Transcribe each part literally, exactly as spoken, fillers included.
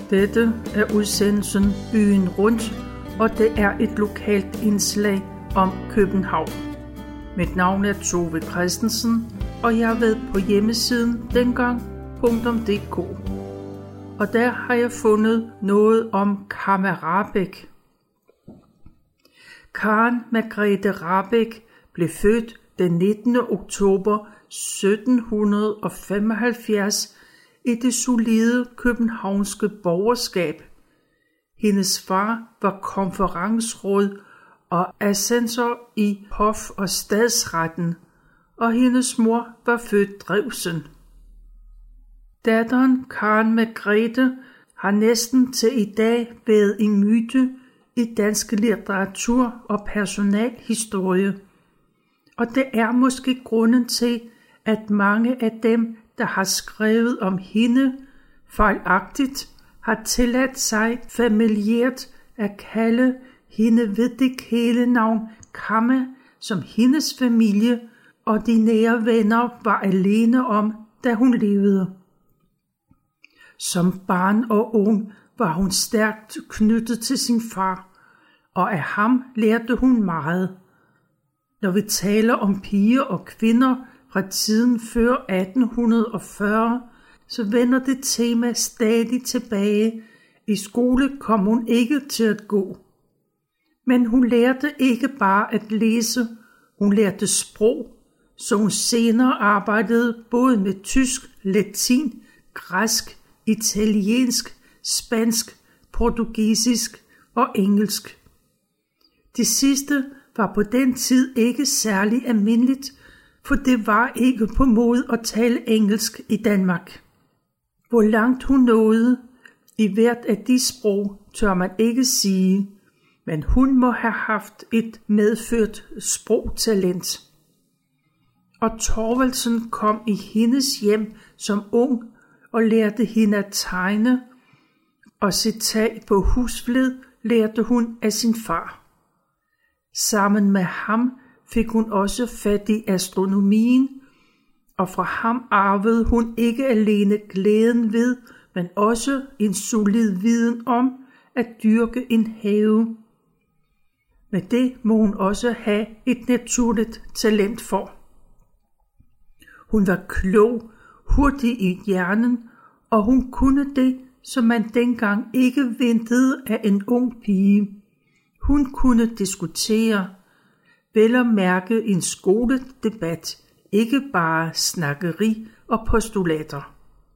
Dette er udsendelsen Byen Rundt, og det er et lokalt indslag om København. Mit navn er Tove Christensen, og jeg har været på hjemmesiden dengang punktum d k. Og der har jeg fundet noget om Kamma Rahbek. Karen Margrethe Rahbek blev født den nittende oktober sytten femoghalvfjerds i det solide københavnske borgerskab. Hendes far var konferensråd og assessor i hof- og stadsretten, og hendes mor var født Drewsen. Datteren Karen Margrethe har næsten til i dag været en myte i dansk litteratur og personalhistorie, og det er måske grunden til, at mange af dem, der har skrevet om hende, fejlagtigt har tilladt sig familiært at kalde hende ved det kælenavn Kamma, som hendes familie og de nære venner var alene om, da hun levede. Som barn og ung var hun stærkt knyttet til sin far, og af ham lærte hun meget. Når vi taler om piger og kvinder fra tiden før atten fyrre, så vender det tema stadig tilbage. I skole kom hun ikke til at gå. Men hun lærte ikke bare at læse, hun lærte sprog, så hun senere arbejdede både med tysk, latin, græsk, italiensk, spansk, portugisisk og engelsk. Det sidste var på den tid ikke særlig almindeligt, for det var ikke på mode at tale engelsk i Danmark. Hvor langt hun nåede i hvert af de sprog, tør man ikke sige, men hun må have haft et medfødt sprogtalent. Og Thorvaldsen kom i hendes hjem som ung og lærte hende at tegne, og sit tag på husflid lærte hun af sin far. Sammen med ham fik hun også fat i astronomien, og fra ham arvede hun ikke alene glæden ved, men også en solid viden om at dyrke en have. Men det må hun også have et naturligt talent for. Hun var klog, hurtig i hjernen, og hun kunne det, som man dengang ikke ventede af en ung pige. Hun kunne diskutere, vel at mærke en skoledebat, ikke bare snakkeri og postulater.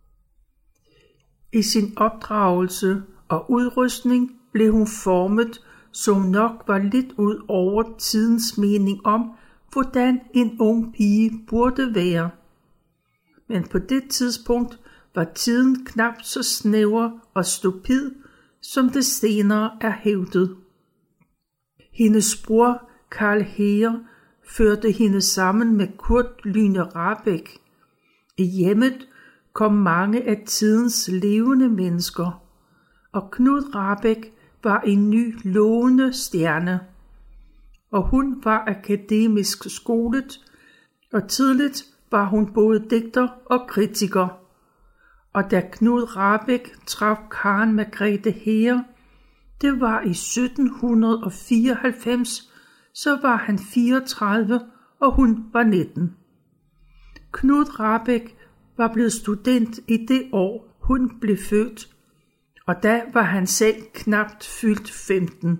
I sin opdragelse og udrustning blev hun formet, som nok var lidt ud over tidens mening om, hvordan en ung pige burde være. Men på det tidspunkt var tiden knap så snæver og stupid, som det senere er hævdet. Hendes bror Karl Heer førte hende sammen med Kurt Lyne Rahbek. I hjemmet kom mange af tidens levende mennesker, og Knud Rahbek var en ny lovende stjerne. Og hun var akademisk skolet, og tidligt var hun både digter og kritiker. Og da Knud Rahbek traf Karen Margrethe Heer, det var i sytten fireoghalvfems, så var han fireogtredive, og hun var nitten. Knud Rahbek var blevet student i det år, hun blev født, og da var han selv knapt fyldt femten.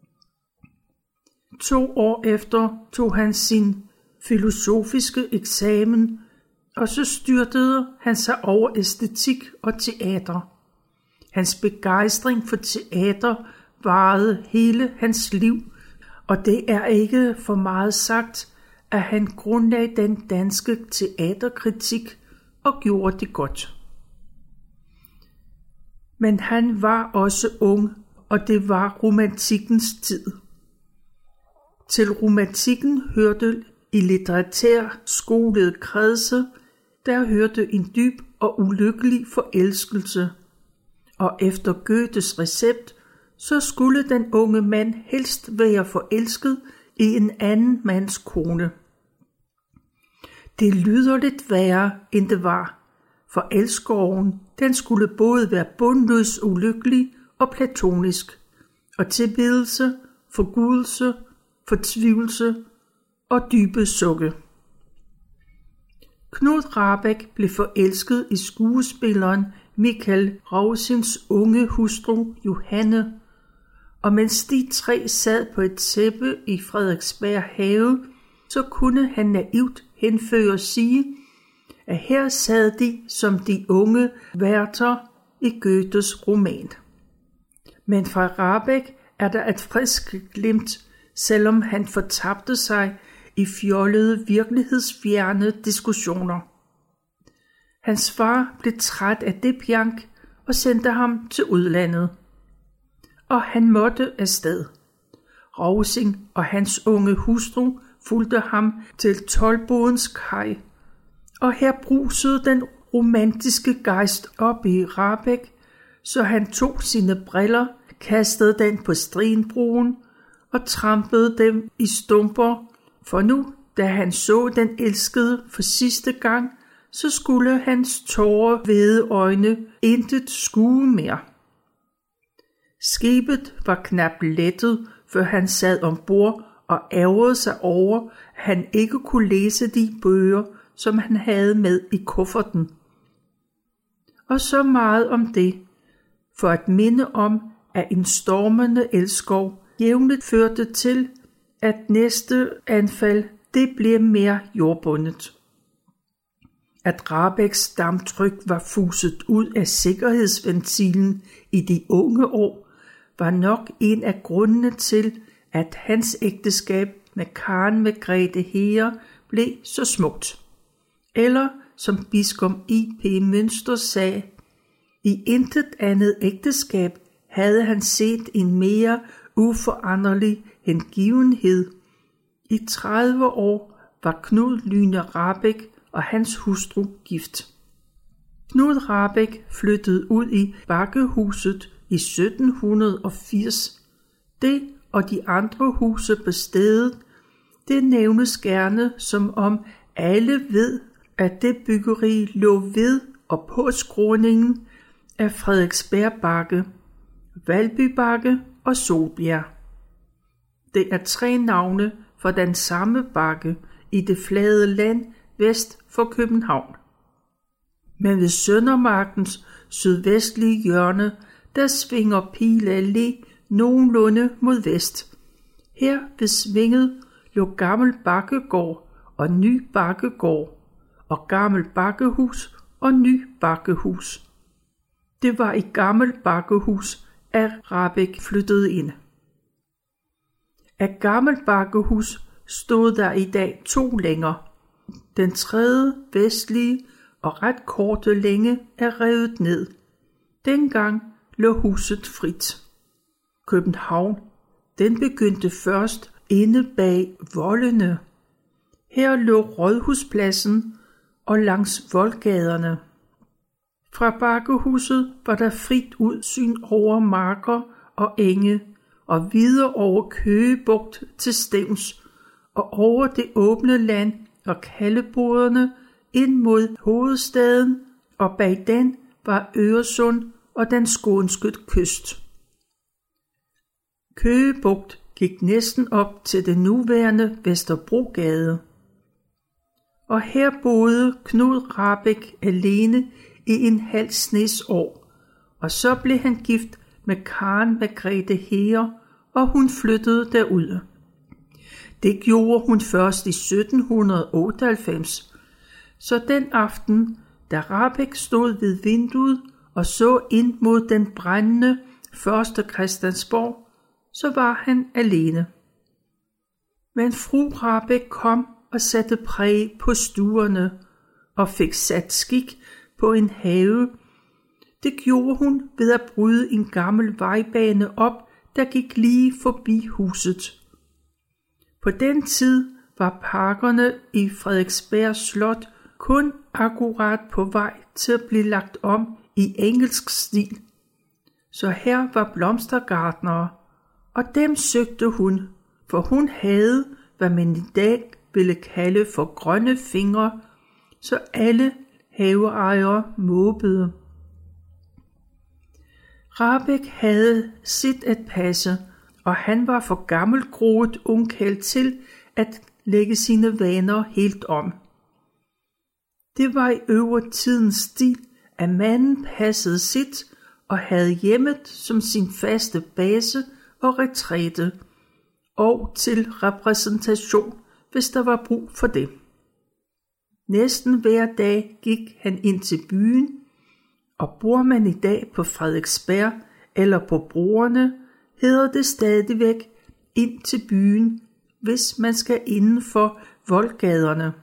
To år efter tog han sin filosofiske eksamen, og så styrtede han sig over æstetik og teater. Hans begejstring for teater varede hele hans liv, og det er ikke for meget sagt, at han grundlagde den danske teaterkritik og gjorde det godt. Men han var også ung, og det var romantikkens tid. Til romantikken hørte i litterær skolede kredse, der hørte en dyb og ulykkelig forelskelse, og efter Goethes recept, så skulle den unge mand helst være forelsket i en anden mands kone. Det lyder lidt værre, end det var, for elskoven, den skulle både være bundløs ulykkelig og platonisk, og tilbedelse, forgudelse, fortvivlelse og dybe sukke. Knud Rahbek blev forelsket i skuespilleren Michael Rausings unge hustru Johanne, og mens de tre sad på et tæppe i Frederiksberg have, så kunne han naivt henføre sige, at her sad de som de unge værter i Goethes roman. Men fra Rahbek er der et frisk glimt, selvom han fortabte sig i fjollede virkelighedsfjerne diskussioner. Hans far blev træt af det pjank og sendte ham til udlandet. Og han måtte afsted. Rausing og hans unge hustru fulgte ham til Toldbodens kaj, og her brusede den romantiske gejst op i Rahbek, så han tog sine briller, kastede den på Strigenbroen og trampede dem i stumper, for nu, da han så den elskede for sidste gang, så skulle hans tårervæde øjne intet skue mere. Skibet var knap lettet, før han sad ombord og ærgerede sig over, at han ikke kunne læse de bøger, som han havde med i kufferten. Og så meget om det, for at minde om, at en stormende elskov jævnligt førte til, at næste anfald, det blev mere jordbundet. At Rahbeks damptryk var fuset ud af sikkerhedsventilen i de unge år, var nok en af grundene til, at hans ægteskab med Karen Margrethe Heer blev så smukt. Eller, som biskop I P Münster sagde, i intet andet ægteskab havde han set en mere uforanderlig hengivenhed. I tredive år var Knud Lyhne Rahbek og hans hustru gift. Knud Rahbek flyttede ud i Bakkehuset i sytten firs. Det og de andre huse på stedet, det nævnes gerne, som om alle ved, at det byggeri lå ved og på skråningen af Frederiksberg Bakke, Valby Bakke og Solbjerg. Det er tre navne for den samme bakke i det flade land vest for København. Men ved Søndermarkens sydvestlige hjørne, der svinger Pile Allé nogenlunde mod vest. Her ved svinget lå Gammel Bakkegård og Ny Bakkegård, og Gammel Bakkehus og Ny Bakkehus. Det var i Gammel Bakkehus, at Rahbek flyttede ind. Af Gammel Bakkehus stod der i dag to længer. Den tredje vestlige og ret korte længe er revet ned. Dengang lå huset frit. København, den begyndte først inde bag voldene. Her lå Rådhuspladsen og langs voldgaderne. Fra Bakkehuset var der frit udsyn over marker og enge, og videre over Køgebugt til Stevns, og over det åbne land og kaldeboderne ind mod hovedstaden, og bag den var Øresund og den skånske kyst. Køgebugt gik næsten op til det nuværende Vesterbrogade. Og her boede Knud Rahbek alene i en halv snes år, og så blev han gift med Karen Margrethe Heer, og hun flyttede derud. Det gjorde hun først i sytten otteoghalvfems, så den aften, da Rahbek stod ved vinduet og så ind mod den brændende første Christiansborg, så var han alene. Men fru Rahbek kom og satte præg på stuerne og fik sat skik på en have. Det gjorde hun ved at bryde en gammel vejbane op, der gik lige forbi huset. På den tid var parkerne i Frederiksberg Slot kun akkurat på vej til at blive lagt om i engelsk stil. Så her var blomstergartnere, og dem søgte hun, for hun havde, hvad man i dag ville kalde for grønne fingre, så alle haveejere måbede. Rahbek havde sit at passe, og han var for gammelgroet ungkarl til at lægge sine vaner helt om. Det var i øvrigt tidens stil, at manden passede sit og havde hjemmet som sin faste base og retræte, og til repræsentation, hvis der var brug for det. Næsten hver dag gik han ind til byen, og bor man i dag på Frederiksberg eller på Broerne, hedder det stadigvæk ind til byen, hvis man skal inden for voldgaderne.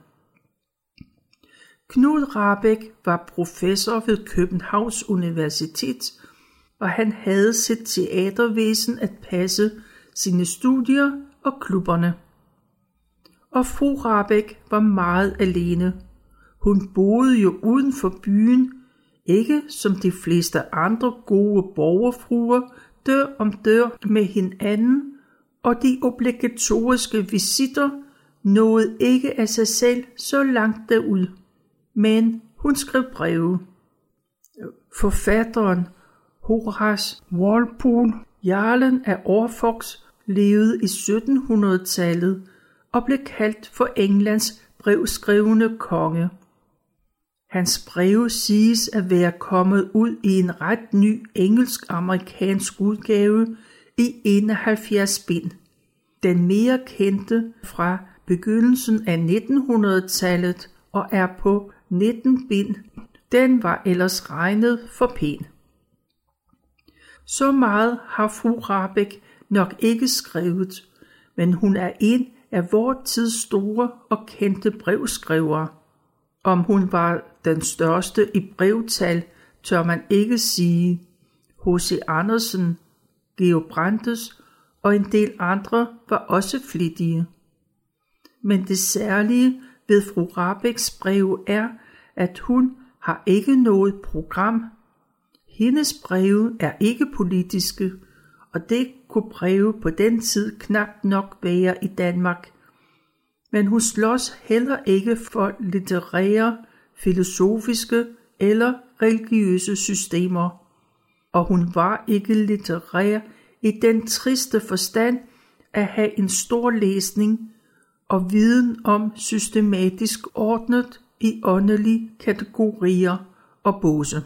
Knud Rahbek var professor ved Københavns Universitet, og han havde sit teatervæsen at passe, sine studier og klubberne. Og fru Rahbek var meget alene. Hun boede jo uden for byen, ikke som de fleste andre gode borgerfruer, dør om dør med hinanden, og de obligatoriske visitter nåede ikke af sig selv så langt derud. Men hun skrev breve. Forfatteren Horace Walpole, jarlen af Orfox, levede i syttenhundredetallet og blev kaldt for Englands brevskrivende konge. Hans breve siges at være kommet ud i en ret ny engelsk-amerikansk udgave i enoghalvfjerds bind. Den mere kendte fra begyndelsen af nittenhundredetallet og er på nitten bind. Den var ellers regnet for pæn. Så meget har fru Rahbek nok ikke skrevet, men hun er en af vor tids store og kendte brevskrivere. Om hun var den største i brevtal, tør man ikke sige. H C Andersen, Georg Brandes og en del andre var også flittige. Men det særlige ved fru Rahbeks breve er, at hun har ikke noget program. Hendes breve er ikke politiske, og det kunne breve på den tid knap nok være i Danmark. Men hun slås heller ikke for litterære, filosofiske eller religiøse systemer, og hun var ikke litterær i den triste forstand at have en stor læsning og viden om systematisk ordnet i åndelige kategorier og båse.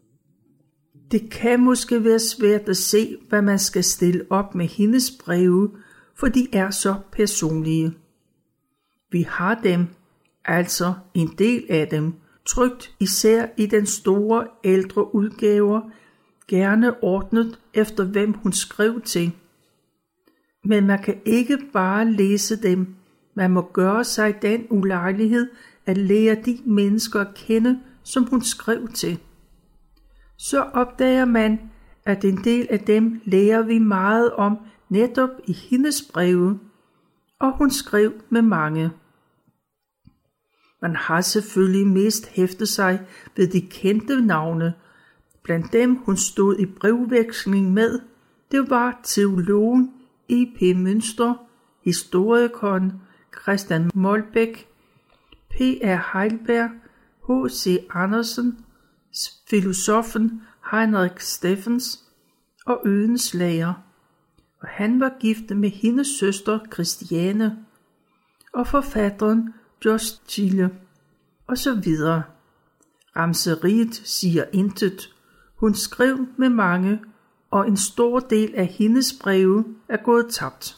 Det kan måske være svært at se, hvad man skal stille op med hendes breve, for de er så personlige. Vi har dem, altså en del af dem, trykt især i den store ældre udgaver, gerne ordnet efter hvem hun skrev til. Men man kan ikke bare læse dem, man må gøre sig den ulejlighed at lære de mennesker at kende, som hun skrev til. Så opdager man, at en del af dem lærer vi meget om netop i hendes breve, og hun skrev med mange. Man har selvfølgelig mest hæftet sig ved de kendte navne. Blandt dem hun stod i brevveksling med, det var teologen E P Münster, historikeren Christian Molbech, P R Heidelberg, H C Andersen, filosofen Heinrich Steffens og Oehlenschläger, og han var gift med hendes søster Christiane, og forfatteren Jost Thiele, og så videre. Ramseriet siger intet. Hun skrev med mange, og en stor del af hendes breve er gået tabt.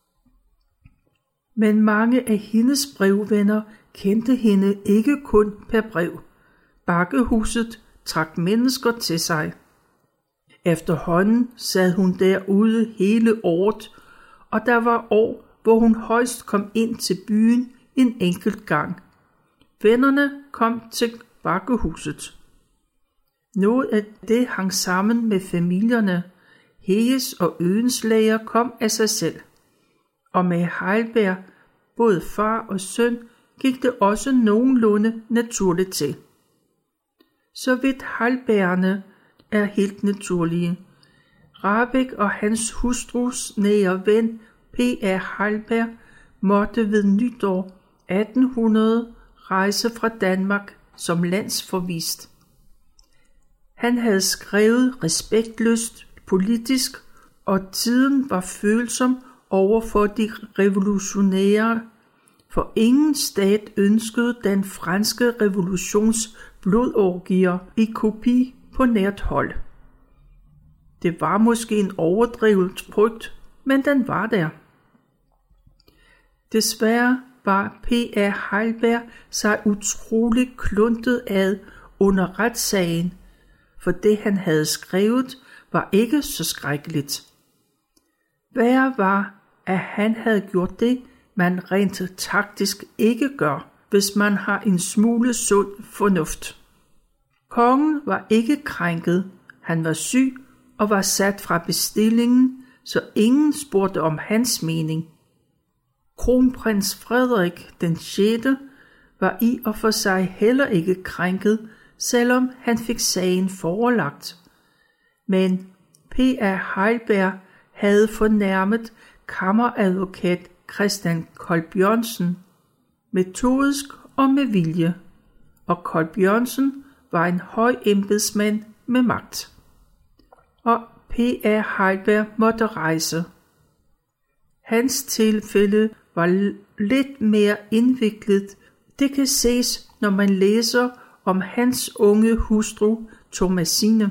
Men mange af hendes brevvenner kendte hende ikke kun per brev. Bakkehuset trak mennesker til sig. Efterhånden sad hun derude hele året, og der var år, hvor hun højst kom ind til byen en enkelt gang. Vennerne kom til Bakkehuset. Noget af det hang sammen med familierne. Hayes og Oehlenschläger kom af sig selv. Og med Heidelberg, både far og søn, gik det også nogenlunde naturligt til. Så vidt Heidelbergerne er helt naturlige. Rahbek og hans hustrus nære ven P R Heidelberg måtte ved nytår atten hundrede rejse fra Danmark som landsforvist. Han havde skrevet respektløst politisk, og tiden var følsom over for de revolutionære, for ingen stat ønskede den franske revolutions blodorgier i kopi på nært hold. Det var måske en overdrevet frygt, men den var der. Desværre var P A Heidelberg sig utroligt kluntet ad under retssagen, for det han havde skrevet var ikke så skrækkeligt. Værre var, at han havde gjort det, man rent taktisk ikke gør, hvis man har en smule sund fornuft. Kongen var ikke krænket, han var syg og var sat fra bestillingen, så ingen spurgte om hans mening. Kronprins Frederik den sjette var i og for sig heller ikke krænket, selvom han fik sagen forelagt. Men P A Heidelberg havde fornærmet kammeradvokat Christian Colbjørnsen, metodisk og med vilje, og Colbjørnsen var en høj embedsmand med magt. Og P A Heidelberg måtte rejse. Hans tilfælde var lidt mere indviklet. Det kan ses, når man læser om hans unge hustru Thomasine.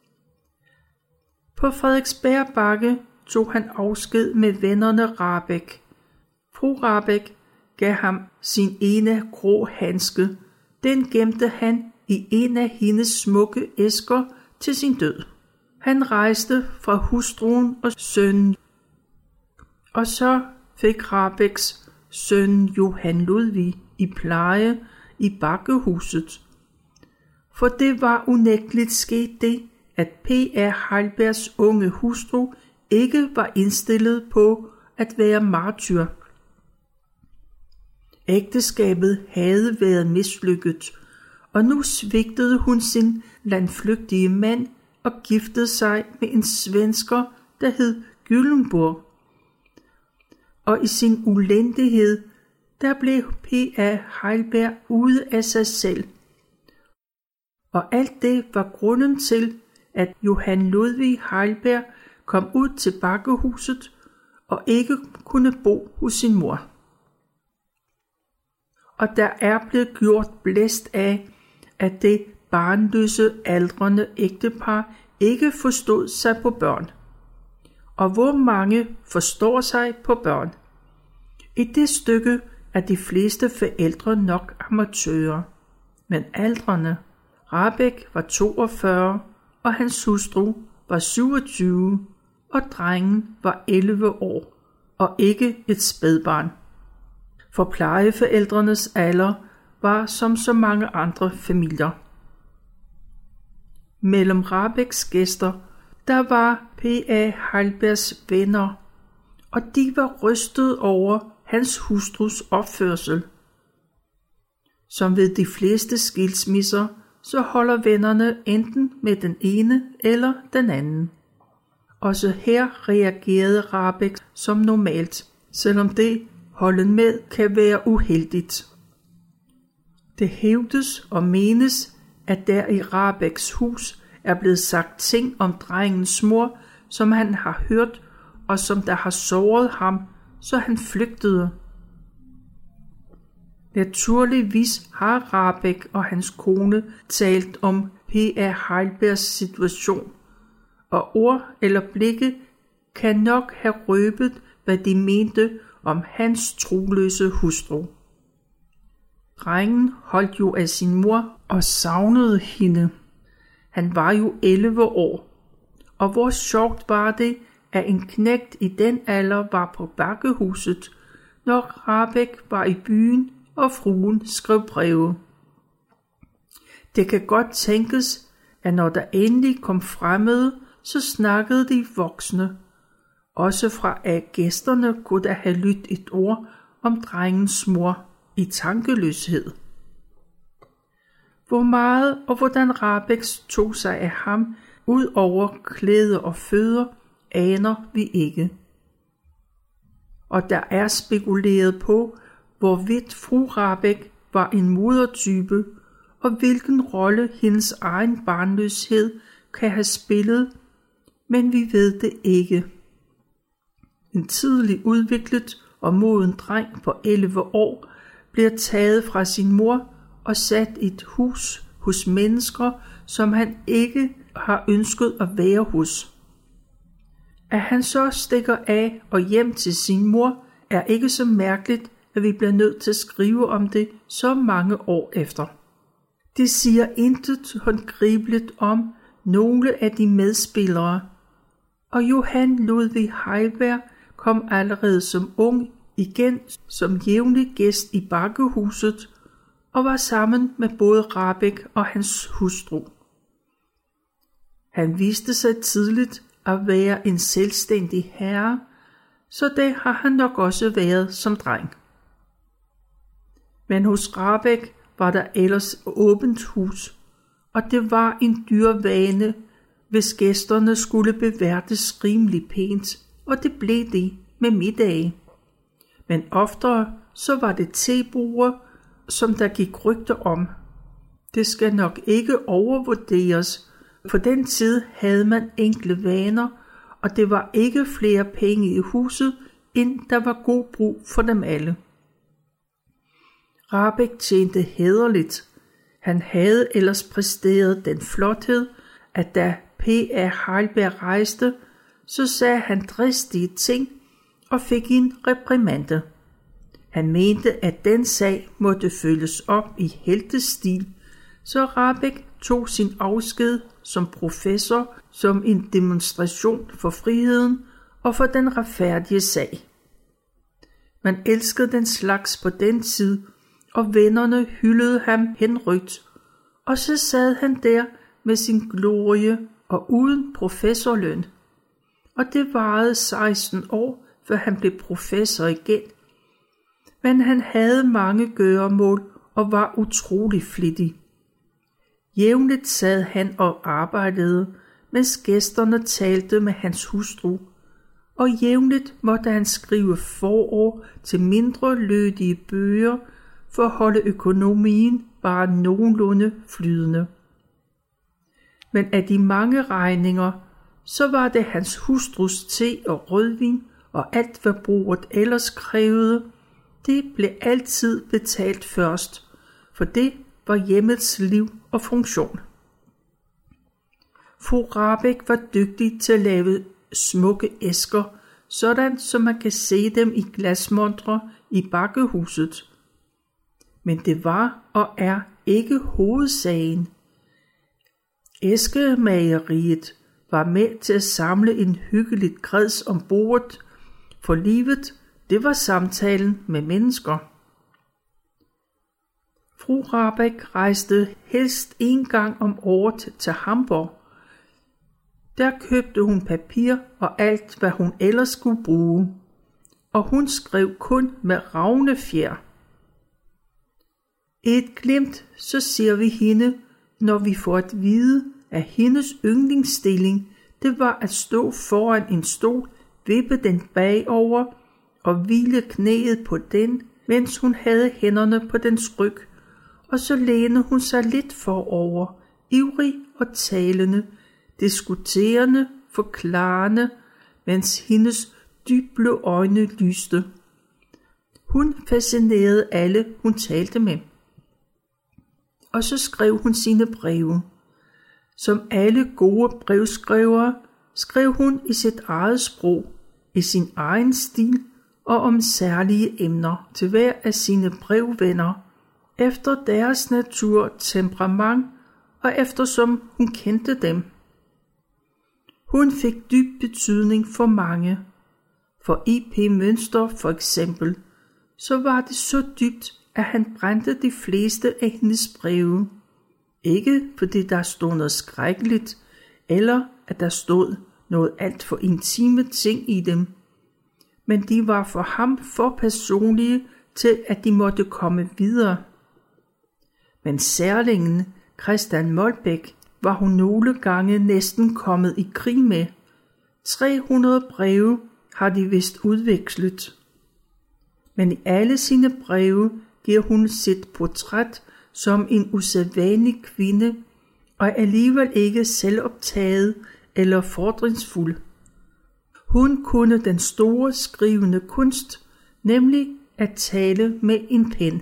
På Frederiksberg Bakke tog han afsked med vennerne Rahbek. Fru Rahbek gav ham sin ene grå handske. Den gemte han i en af hendes smukke æsker til sin død. Han rejste fra hustruen og sønnen, og så fik Rahbeks søn Johan Ludvig i pleje i Bakkehuset. For det var unægteligt sket det, at P A Heidelbergs unge hustru ikke var indstillet på at være martyr. Ægteskabet havde været mislykket, og nu svigtede hun sin landflygtige mand og giftede sig med en svensker, der hed Gyllenborg. Og i sin ulendighed, der blev P A Heidelberg ude af sig selv. Og alt det var grunden til, at Johan Ludvig Heidelberg kom ud til Bakkehuset og ikke kunne bo hos sin mor. Og der er blevet gjort blæst af, at det barnløse aldrende ægtepar ikke forstod sig på børn. Og hvor mange forstår sig på børn? I det stykke er de fleste forældre nok amatører, men aldrene. Rahbek var toogfyrre, og hans hustru var syvogtyve, og drengen var elleve år, og ikke et spædbarn. For plejeforældrenes alder var som så mange andre familier. Mellem Rahbeks gæster, der var P A Heidelbergs venner, og de var rystet over hans hustrus opførsel. Som ved de fleste skilsmisser, så holder vennerne enten med den ene eller den anden. Også her reagerede Rahbek som normalt, selvom det holden med kan være uheldigt. Det hævdes og menes, at der i Rahbeks hus er blevet sagt ting om drengens mor, som han har hørt, og som der har såret ham, så han flygtede. Naturligvis har Rahbek og hans kone talt om P A Heidelbergs situation, og ord eller blikke kan nok have røbet, hvad de mente om hans troløse hustru. Drengen holdt jo af sin mor og savnede hende. Han var jo elleve år, og hvor sjovt var det, at en knægt i den alder var på Bakkehuset, når Rahbek var i byen og fruen skrev breve. Det kan godt tænkes, at når der endelig kom fremmede, så snakkede de voksne. Også fra af gæsterne kunne der have lyttet et ord om drengens mor i tankeløshed. Hvor meget og hvordan Rahbek tog sig af ham, ud over klæder og fødder, aner vi ikke. Og der er spekuleret på, hvorvidt fru Rahbek var en modertype, og hvilken rolle hendes egen barnløshed kan have spillet, men vi ved det ikke. En tidlig udviklet og moden dreng på elleve år bliver taget fra sin mor og sat i et hus hos mennesker, som han ikke har ønsket at være hos. At han så stikker af og hjem til sin mor, er ikke så mærkeligt, at vi bliver nødt til at skrive om det så mange år efter. Det siger intet håndgribeligt om nogle af de medspillere, og Johan Ludvig Heiberg kom allerede som ung igen som jævnlig gæst i Bakkehuset og var sammen med både Rahbek og hans hustru. Han viste sig tidligt at være en selvstændig herre, så det har han nok også været som dreng. Men hos Rahbek var der ellers åbent hus, og det var en dyr vane, hvis gæsterne skulle beværtes rimelig pænt, og det blev det med middage. Men oftere så var det tebruger, som der gik rygter om. Det skal nok ikke overvurderes. På den tid havde man enkle vaner, og det var ikke flere penge i huset, end der var god brug for dem alle. Rahbek tjente hæderligt. Han havde ellers præsteret den flothed, at da P R Heiberg rejste, så sagde han dristige ting og fik en reprimande. Han mente, at den sag måtte følges op i heltestil, så Rahbek tog sin afsked som professor som en demonstration for friheden og for den retfærdige sag. Man elskede den slags på den tid, og vennerne hyldede ham henrygt, og så sad han der med sin glorie og uden professorløn. Og det varede seksten år, før han blev professor igen. Men han havde mange gøremål og var utrolig flittig. Jævnligt sad han og arbejdede, mens gæsterne talte med hans hustru, og jævnligt måtte han skrive forord til mindre lødige bøger for at holde økonomien bare nogenlunde flydende. Men af de mange regninger, så var det hans hustrus te og rødvin og alt hvad bruget ellers krævede, det blev altid betalt først, for det var hjemmets liv og funktion. Fru Rahbek var dygtig til at lave smukke æsker, sådan som man kan se dem i glasmontre i Bakkehuset. Men det var og er ikke hovedsagen. Æskemageriet var med til at samle en hyggeligt kreds om bordet, for livet, det var samtalen med mennesker. Fru Rahbek rejste helst en gang om året til Hamburg. Der købte hun papir og alt, hvad hun ellers skulle bruge, og hun skrev kun med ravnefjer. Et glimt, så ser vi hende, når vi får at vide, at hendes yndlingsstilling, det var at stå foran en stol, vippe den bagover og hvile knæet på den, mens hun havde hænderne på dens ryg, og så lænede hun sig lidt forover, ivrig og talende, diskuterende, forklarende, mens hendes dyble øjne lyste. Hun fascinerede alle, hun talte med. Og så skrev hun sine breve. Som alle gode brevskrivere skrev hun i sit eget sprog, i sin egen stil og om særlige emner til hver af sine brevvenner, efter deres natur, temperament og eftersom hun kendte dem. Hun fik dyb betydning for mange. For I P Münster for eksempel, så var det så dybt, at han brændte de fleste af hendes breve. Ikke fordi der stod noget skrækkeligt, eller at der stod noget alt for intime ting i dem, men de var for ham for personlige til, at de måtte komme videre. Men særlingen Christian Molbech var hun nogle gange næsten kommet i krig med. tre hundrede breve har de vist udvekslet. Men i alle sine breve giver hun sit portræt som en usædvanlig kvinde, og alligevel ikke selvoptaget eller fordringsfuld. Hun kunne den store skrivende kunst, nemlig at tale med en pen.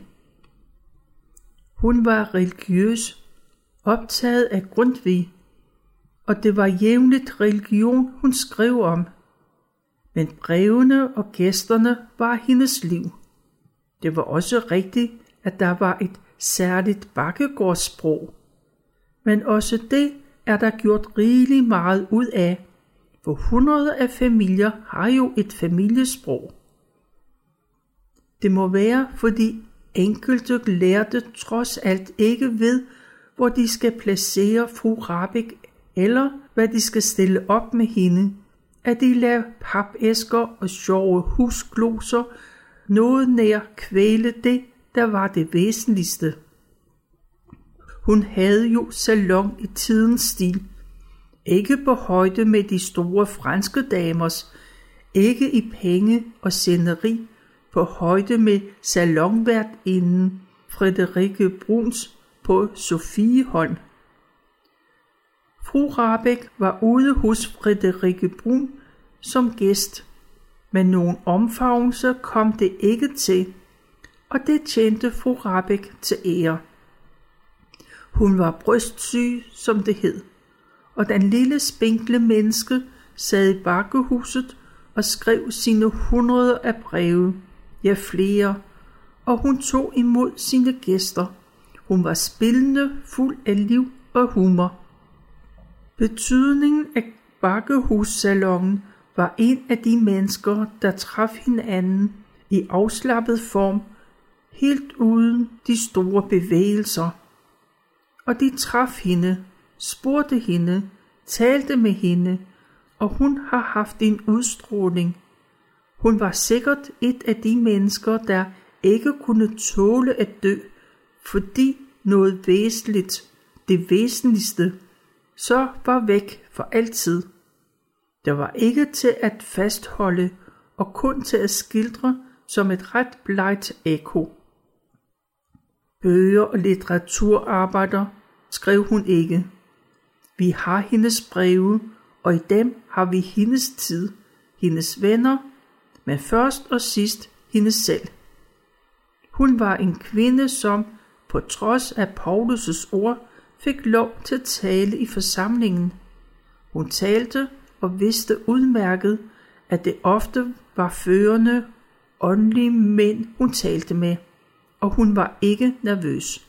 Hun var religiøs, optaget af Grundtvig, og det var jævnligt religion, hun skrev om. Men brevene og gæsterne var hendes liv. Det var også rigtigt, at der var et særligt bakkegårdssprog. Men også det er der gjort rigeligt meget ud af, for hundrede af familier har jo et familiesprog. Det må være, fordi enkelte lærte trods alt ikke ved, hvor de skal placere fru Rahbek, eller hvad de skal stille op med hende, at de lader papæsker og sjove husgloser noget nær kvæle det, der var det væsentligste. Hun havde jo salon i tidens stil, ikke på højde med de store franske damers, ikke i penge og sceneri, på højde med salonværtinden Frederikke Bruns på Sofieholm. Fru Rahbek var ude hos Frederikke Brun som gæst, men nogen omfavnelse kom det ikke til, og det tjente fru Rahbek til ære. Hun var brystsyg, som det hed, og den lille spinkle menneske sad i bakkehuset og skrev sine hundrede af breve, ja flere, og hun tog imod sine gæster. Hun var spillende, fuld af liv og humor. Betydningen af bakkehussalongen var en af de mennesker, der traf hinanden i afslappet form, helt uden de store bevægelser. Og de traf hende, spurgte hende, talte med hende, og hun har haft en udstråling. Hun var sikkert et af de mennesker, der ikke kunne tåle at dø, fordi noget væsentligt, det væsentligste, så var væk for altid. Der var ikke til at fastholde og kun til at skildre som et ret blegt ekko. Bøger og litteraturarbejder skrev hun ikke. Vi har hendes breve, og i dem har vi hendes tid, hendes venner, men først og sidst hendes selv. Hun var en kvinde, som på trods af Paulus' ord fik lov til at tale i forsamlingen. Hun talte og vidste udmærket, at det ofte var førende, åndelige mænd, hun talte med, og hun var ikke nervøs.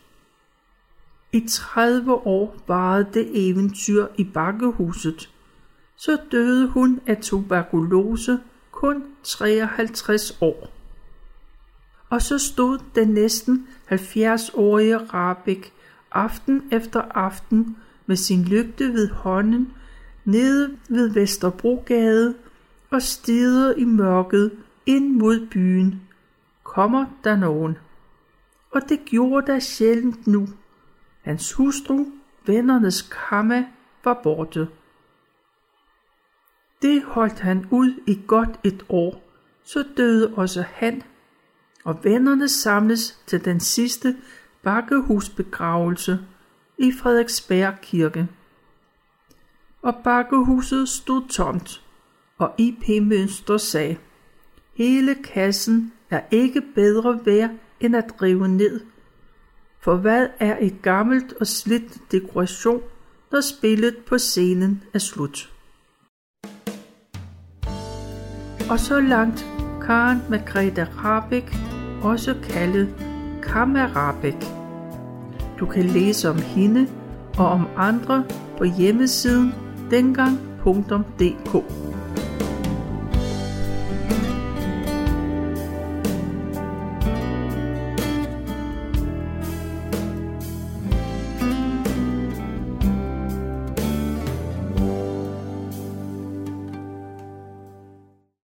I tredive år varede det eventyr i bakkehuset. Så døde hun af tuberkulose, kun treoghalvtreds år. Og så stod den næsten halvfjerds-årige Rahbek aften efter aften med sin lygte ved hånden nede ved Vesterbrogade og stirrede i mørket ind mod byen. Kommer der nogen? Og det gjorde der sjældent nu. Hans hustru, vennernes kamma, var borte. Det holdt han ud i godt et år, så døde også han, og vennerne samles til den sidste bakkehusbegravelse i Frederiksberg Kirke. Og bakkehuset stod tomt, og I P Mønster sagde, hele kassen er ikke bedre værd end at rive ned. For hvad er et gammelt og slidt dekoration, når spillet på scenen er slut? Og så langt Karen Margrethe Rahbek, også kaldet Kamma Rahbek. Du kan læse om hende og om andre på hjemmesiden dengang punktum d k.